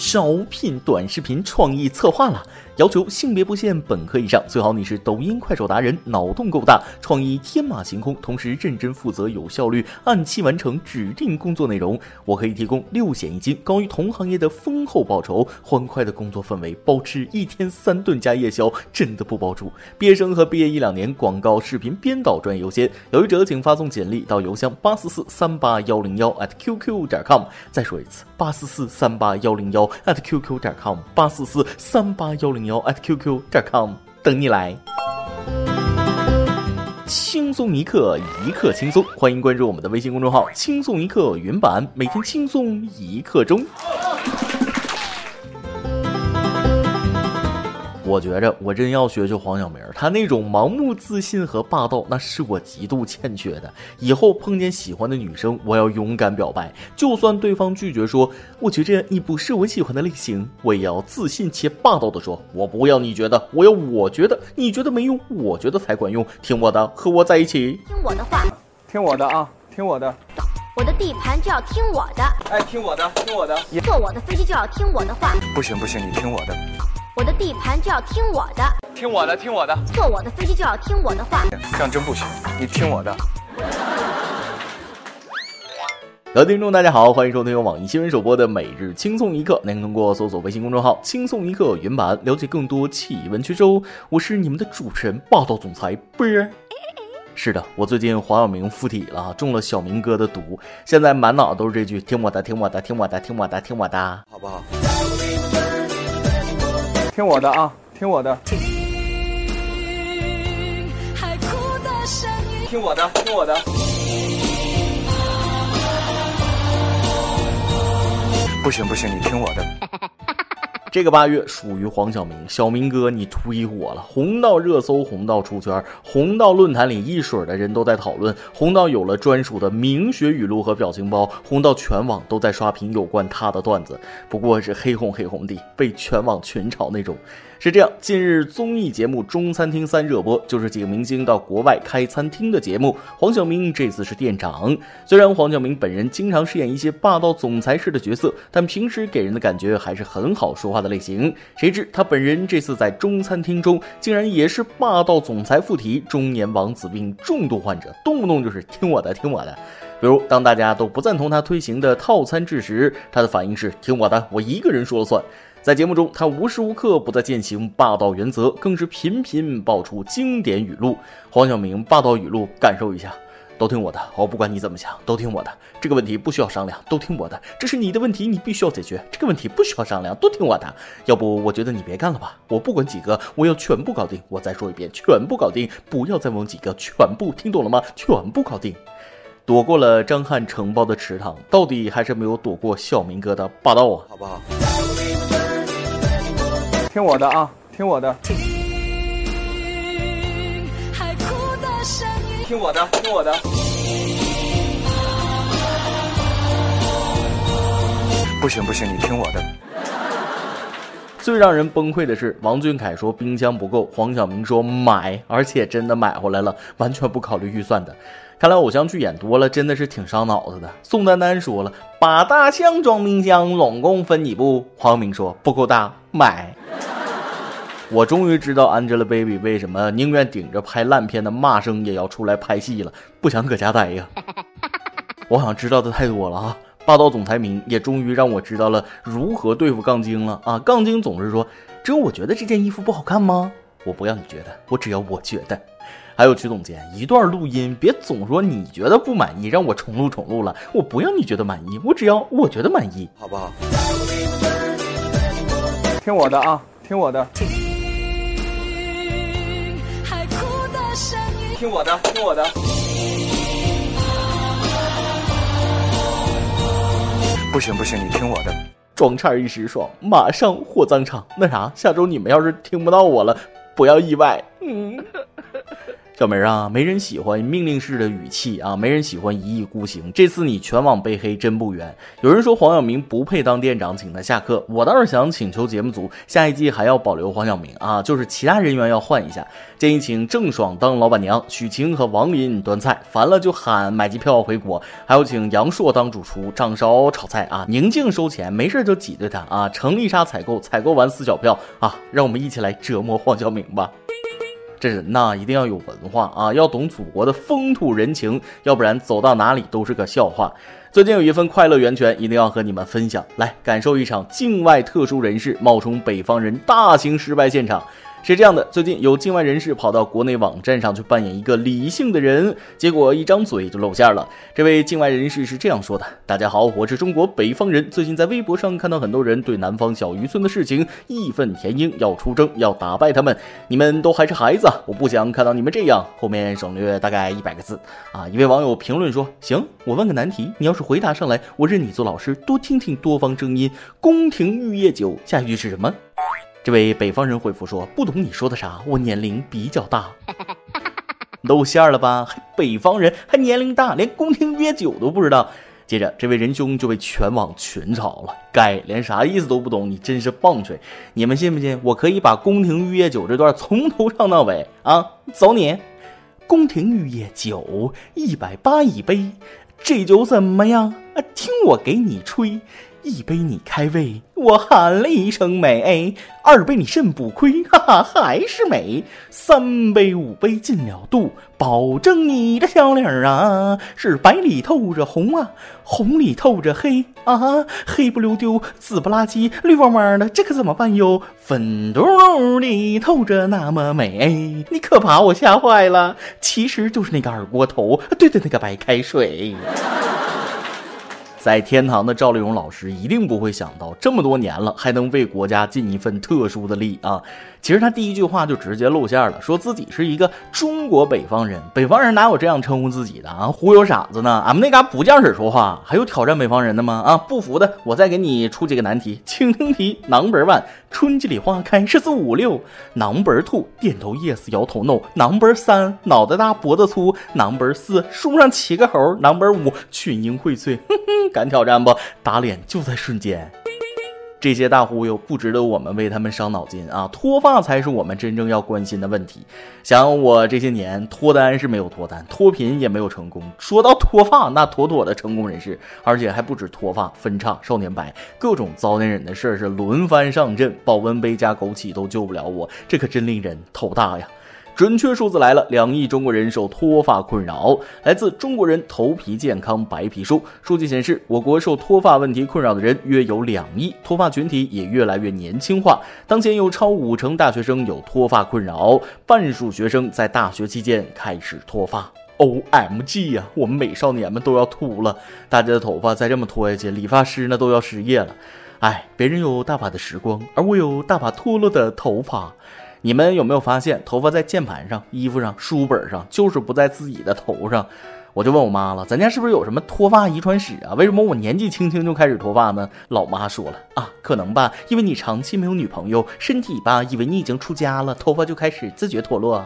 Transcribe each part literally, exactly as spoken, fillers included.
招聘短视频创意策划了，要求性别不限，本科以上，最好你是抖音快手达人，脑洞够大，创意天马行空，同时认真负责，有效率，按期完成指定工作内容。我可以提供六险一金，高于同行业的丰厚报酬，欢快的工作氛围，包吃一天三顿加夜宵，真的不包住。毕业生和毕业一两年，广告视频编导专业优先。有意者请发送简历到邮箱八四四三八幺零幺 at qq 点 com。再说一次，八四四三八幺零幺 at qq 点 com， 八四四三八幺零幺 at qq 点 com， 等你来。轻松一刻，一刻轻松，欢迎关注我们的微信公众号轻松一刻云版，每天轻松一刻钟。我觉着我真要学学黄晓明，他那种盲目自信和霸道，那是我极度欠缺的。以后碰见喜欢的女生，我要勇敢表白，就算对方拒绝说我觉着你不是我喜欢的类型，我也要自信且霸道的说，我不要你觉得，我要我觉得，你觉得没用，我觉得才管用，听我的，和我在一起。 听我的话， 听我的啊，听我的。 我的地盘就要听我的， 哎，听我的，听我的。 坐我的飞机就要听我的话， 不行不行，你听我的。 我的地盘就要听我的， 听我的，听我的。 坐我的飞机就要听我的话， 这样真不行，你听我的。 各位听众大家好，欢迎收听由网易新闻首播的每日轻松一刻，您通过搜索微信公众号轻松一刻云版了解更多气温趋势哦。我是你们的主持人霸道总裁波儿。是的，我最近黄晓明附体了，中了小明哥的毒，现在满脑都是这句听我的听我的听我的听我的听我的， 好不好？听我的啊，听我的。听我的，听我的。不行不行，你听我的。 这个八月属于黄晓明，小明哥你忒火了，红到热搜，红到出圈，红到论坛里一水的人都在讨论，红到有了专属的名学语录和表情包，红到全网都在刷屏有关他的段子，不过是黑红黑红的，被全网群嘲那种。是这样，近日综艺节目《中餐厅三》热播，就是几个明星到国外开餐厅的节目。黄晓明这次是店长。虽然黄晓明本人经常饰演一些霸道总裁式的角色，但平时给人的感觉还是很好说话的类型。谁知他本人这次在中餐厅中，竟然也是霸道总裁附体，中年王子病重度患者，动不动就是听我的，听我的。比如当大家都不赞同他推行的套餐制时，他的反应是听我的，我一个人说了算。在节目中，他无时无刻不在践行霸道原则，更是频频爆出经典语录。黄晓明霸道语录，感受一下。都听我的，我不管你怎么想，都听我的。这个问题不需要商量，都听我的。这是你的问题，你必须要解决。这个问题不需要商量，都听我的。要不我觉得你别干了吧，我不管几个，我要全部搞定。我再说一遍，全部搞定，不要再问几个，全部，听懂了吗？全部搞定。躲过了张翰承包的池塘，到底还是没有躲过小明哥的霸道啊， 好不好？听我的啊，听我的。听我的，听我的。不行不行，你听我的。 最让人崩溃的是，王俊凯说冰箱不够，黄晓明说买，而且真的买回来了，完全不考虑预算的。看来偶像剧演多了，真的是挺伤脑子的。宋丹丹说了，把大象装冰箱，拢共分几步？黄晓明说不够大，买。我终于知道 Angelababy 为什么宁愿顶着拍烂片的骂声也要出来拍戏了，不想搁家待呀。我好像知道的太多了啊。霸道总裁明也终于让我知道了如何对付杠精了啊！杠精总是说，只有我觉得这件衣服不好看吗？我不要你觉得，我只要我觉得。还有曲总监，一段录音别总说你觉得不满意，让我重录重录了。我不要你觉得满意，我只要我觉得满意， 好不好？听我的啊，听我的。听我的，听我的。不行不行，你听我的。 装叉一时爽，马上火葬场。那啥，下周你们要是听不到我了，不要意外。嗯。 小梅啊，没人喜欢命令式的语气啊，没人喜欢一意孤行。这次你全网被黑真不冤。有人说黄晓明不配当店长，请他下课。我倒是想请求节目组下一季还要保留黄晓明啊，就是其他人员要换一下。建议请郑爽当老板娘，许晴和王林端菜，烦了就喊买机票回国。还有请杨烁当主厨，掌勺炒菜啊，宁静收钱，没事就挤兑他啊。程丽莎采购，采购完撕小票啊，让我们一起来折磨黄晓明吧。这人呐，一定要有文化啊，要懂祖国的风土人情，要不然走到哪里都是个笑话。最近有一份快乐源泉，一定要和你们分享，来感受一场境外特殊人士冒充北方人大型失败现场。是这样的，最近有境外人士跑到国内网站上去扮演一个理性的人，结果一张嘴就露馅了。这位境外人士是这样说的：大家好，我是中国北方人，最近在微博上看到很多人对南方小渔村的事情义愤填膺，要出征，要打败他们，你们都还是孩子，我不想看到你们这样。后面省略大概一百个字啊。一位网友评论说：行，我问个难题，你要是回答上来，我认你做老师，多听听多方声音，宫廷玉液酒。下一句是什么？这位北方人回复说：不懂你说的啥，我年龄比较大。露馅了吧？还北方人，还年龄大，连宫廷约酒都不知道。接着这位仁兄就被全网群嘲了，该连啥意思都不懂，你真是棒槌。你们信不信我可以把宫廷玉液酒这段从头唱到尾啊？走你！宫廷玉液酒一百八一杯，这酒怎么样啊？听我给你吹。一杯你开胃，我喊了一声美；二杯你肾不亏，哈哈还是美；三杯五杯进了肚，保证你的小脸啊是白里透着红啊，红里透着黑啊，黑不溜丢，紫不拉几，绿汪汪的，这可怎么办哟？粉嘟嘟里透着那么美，你可把我吓坏了。其实就是那个二锅头兑的那个白开水。在天堂的赵丽蓉老师一定不会想到，这么多年了还能为国家尽一份特殊的力啊！其实他第一句话就直接露馅了，说自己是一个中国北方人，北方人哪有这样称呼自己的啊？忽悠傻子呢！俺们那嘎不见水说话，还有挑战北方人的吗？啊，不服的，我再给你出几个难题，请听题 number one： 春季里花开，十四五六 ；number two： 点头 yes， 摇头 no；number 三： 脑袋大脖子粗；number 四： 树上骑个猴；number 五： 群英荟萃。哼哼，敢挑战不？打脸就在瞬间。这些大忽悠不值得我们为他们伤脑筋啊！脱发才是我们真正要关心的问题。想我这些年脱单是没有脱单，脱贫也没有成功，说到脱发那妥妥的成功人士，而且还不止脱发、分叉、少年白，各种糟践人的事是轮番上阵，保温杯加枸杞都救不了我，这可真令人头大呀！准确数字来了，两亿中国人受脱发困扰。来自中国人头皮健康白皮书数据显示，我国受脱发问题困扰的人约有两亿，脱发群体也越来越年轻化。当前有超五成大学生有脱发困扰，半数学生在大学期间开始脱发。O M G 呀、啊，我们美少年们都要秃了，大家的头发再这么脱下去，理发师呢都要失业了。哎，别人有大把的时光，而我有大把脱落的头发。你们有没有发现，头发在键盘上、衣服上、书本上，就是不在自己的头上？我就问我妈了，咱家是不是有什么脱发遗传史啊？为什么我年纪轻轻就开始脱发呢？老妈说了啊，可能吧，因为你长期没有女朋友，身体吧以为你已经出家了，头发就开始自觉脱落。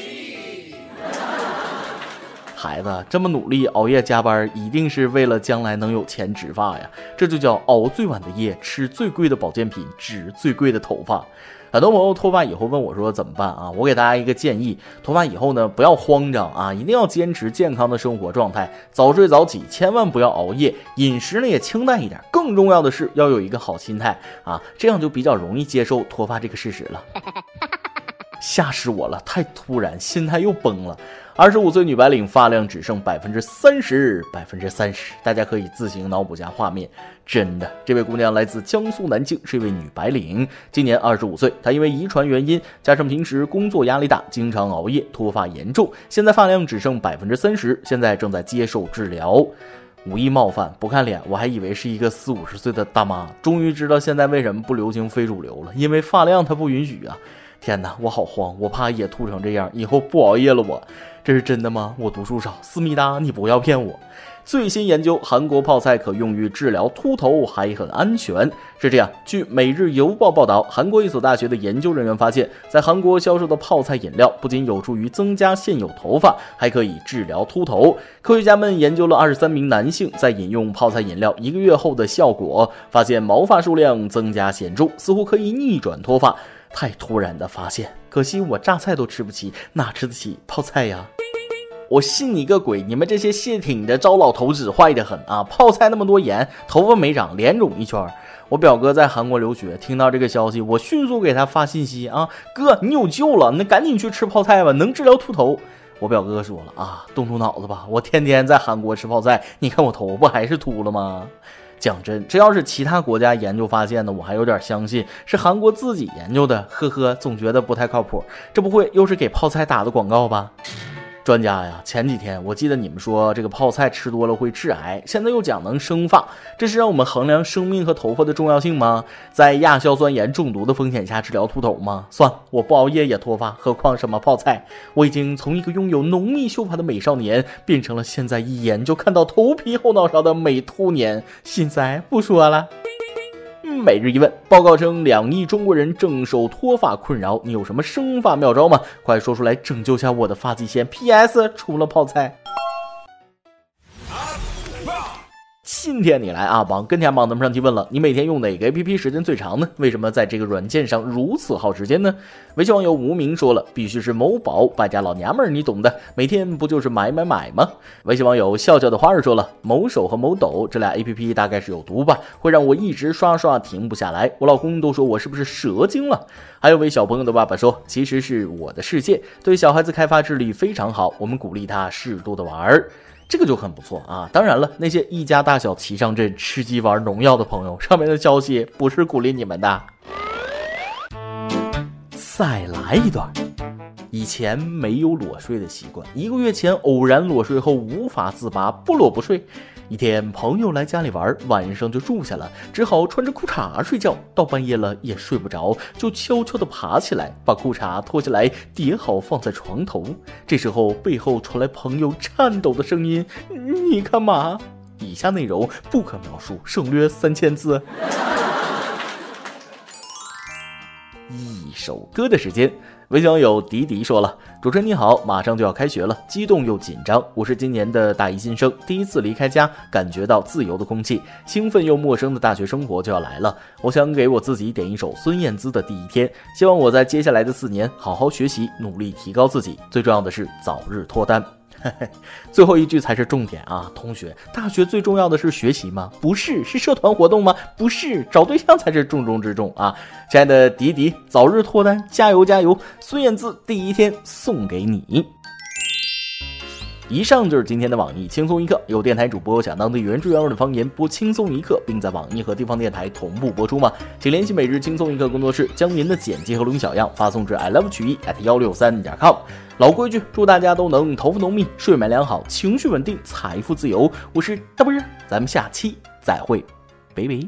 孩子这么努力熬夜加班，一定是为了将来能有钱植发呀，这就叫熬最晚的夜，吃最贵的保健品，植最贵的头发。很多朋友脱发以后问我说怎么办啊？我给大家一个建议，脱发以后呢，不要慌张啊，一定要坚持健康的生活状态，早睡早起，千万不要熬夜，饮食呢也清淡一点，更重要的是要有一个好心态啊，这样就比较容易接受脱发这个事实了。吓死我了，太突然，心态又崩了。二十五岁女白领发量只剩百分之三十，百分之三十，大家可以自行脑补下画面。真的，这位姑娘来自江苏南京，是一位女白领，今年二十五岁。她因为遗传原因，加上平时工作压力大，经常熬夜，脱发严重，现在发量只剩百分之三十，现在正在接受治疗。无意冒犯，不看脸，我还以为是一个四五十岁的大妈。终于知道现在为什么不流行非主流了，因为发量它不允许啊。 天哪，我好慌，我怕也秃成这样，以后不熬夜了我。这是真的吗？我读书少，思密达，你不要骗我。最新研究，韩国泡菜可用于治疗秃头，还很安全。是这样，据《每日邮报》报道，韩国一所大学的研究人员发现，在韩国销售的泡菜饮料不仅有助于增加现有头发，还可以治疗秃头。科学家们研究了二十三名男性在饮用泡菜饮料一个月后的效果，发现毛发数量增加显著，似乎可以逆转脱发。太突然的发现，可惜我榨菜都吃不起，哪吃得起泡菜呀？我信你个鬼！你们这些谢挺的糟老头子坏得很啊！泡菜那么多盐，头发没长，脸肿一圈。我表哥在韩国留学，听到这个消息，我迅速给他发信息啊，哥，你有救了，那赶紧去吃泡菜吧，能治疗秃头。我表哥说了啊，动动脑子吧，我天天在韩国吃泡菜，你看我头不还是秃了吗？讲真，这要是其他国家研究发现的，我还有点相信是韩国自己研究的，呵呵，总觉得不太靠谱。这不会又是给泡菜打的广告吧？专家呀，前几天我记得你们说这个泡菜吃多了会致癌，现在又讲能生发，这是让我们衡量生命和头发的重要性吗？在亚硝酸盐中毒的风险下治疗秃头吗？算了，我不熬夜也脱发，何况什么泡菜？我已经从一个拥有浓密秀发的美少年变成了现在一眼就看到头皮后脑勺的美秃年，心塞不说了。每日一问，报告称两亿中国人正受脱发困扰，你有什么生发妙招吗？快说出来拯救下我的发际线。 P S 除了泡菜。今天你来啊，榜跟帖榜咱们上提问了，你每天用哪个 A P P 时间最长呢？为什么在这个软件上如此耗时间呢？微信网友无名说了，必须是某宝，败家老娘们儿你懂的，每天不就是买买买吗？微信网友笑笑的花儿说了，某手和某抖这俩 A P P 大概是有毒吧，会让我一直刷刷停不下来，我老公都说我是不是蛇精了。还有位小朋友的爸爸说，其实是我的世界，对小孩子开发智力非常好，我们鼓励他适度的玩，这个就很不错啊。当然了，那些一家大小齐上阵吃鸡玩农药的朋友，上面的消息不是鼓励你们的。再来一段。以前没有裸睡的习惯，一个月前偶然裸睡后无法自拔，不裸不睡。一天朋友来家里玩，晚上就住下了，只好穿着裤衩睡觉，到半夜了也睡不着，就悄悄地爬起来，把裤衩脱下来叠好放在床头。这时候背后传来朋友颤抖的声音，你干嘛？以下内容不可描述，省略三千字。一首歌的时间，微信网友迪迪说了，主持人你好，马上就要开学了，激动又紧张，我是今年的大一新生，第一次离开家，感觉到自由的空气，兴奋又陌生的大学生活就要来了。我想给我自己点一首孙燕姿的第一天，希望我在接下来的四年好好学习，努力提高自己，最重要的是早日脱单。最后一句才是重点啊，同学，大学最重要的是学习吗？不是，是社团活动吗？不是，找对象才是重中之重啊！亲爱的迪迪，早日脱单，加油加油！孙燕姿第一天送给你。以上就是今天的网易轻松一刻，有电台主播想当地原汁原味的方言播轻松一刻，并在网易和地方电台同步播出吗？请联系每日轻松一刻工作室，将您的简介和录音小样发送至 i love 曲艺 at 一六三点 com。老规矩，祝大家都能头发浓密，睡眠良好，情绪稳定，财富自由。我是大波儿，咱们下期再会，拜拜。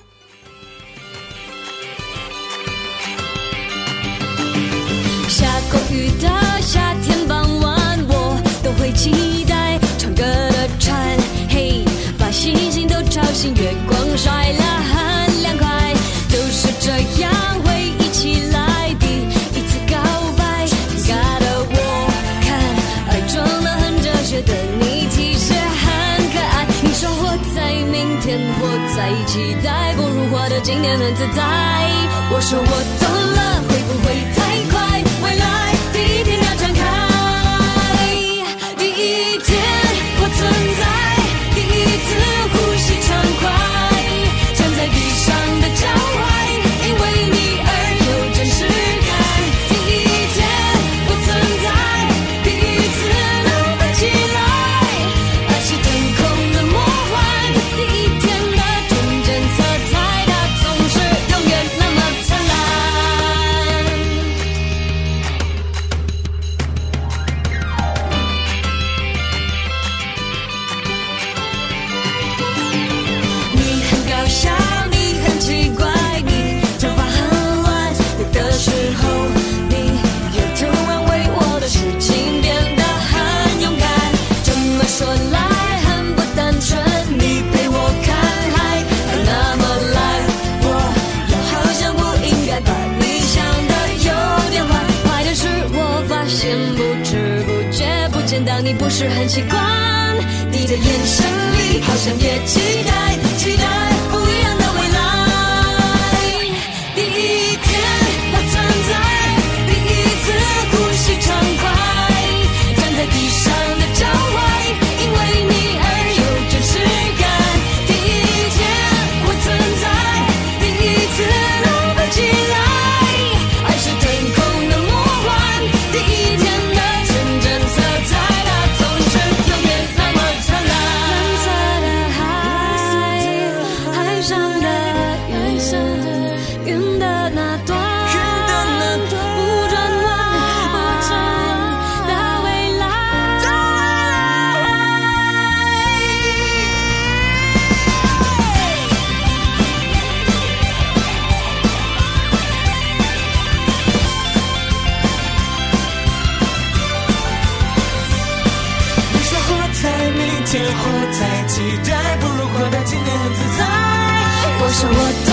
下过雨的夏天傍晚，我都会期待唱歌的船，嘿，把星星都吵醒，月光晒了很凉快，都是这样会一起来的一次告白。尴尬的我看爱装得很哲学的你其实很可爱，你说活在明天，活在期待，不如活得今天很自在。我说我懂了，会不会太快？未来第一天要展开，第一天我存在，第一次呼吸畅快，站在地上的脚踝，因为你而有真实感。第一天我存在，第一次能飞起来，爱是腾空的魔幻，第一天的纯真色彩，它总是永远那么灿烂。 不是很习惯，你的眼神里好像也期待期待不一样的未来。第一天我存在，第一次呼吸畅快，站在地上的郊外，因为你而有真实感。第一天我存在，第一次能飞起来，爱是天空的魔幻，第一天的纯真色彩，它总是永远那么灿烂。蓝色的海，海上的云，云的那端，不转弯，不转弯的未来。 你说活在明天，活在期待，不如活在今天很自在。 我说我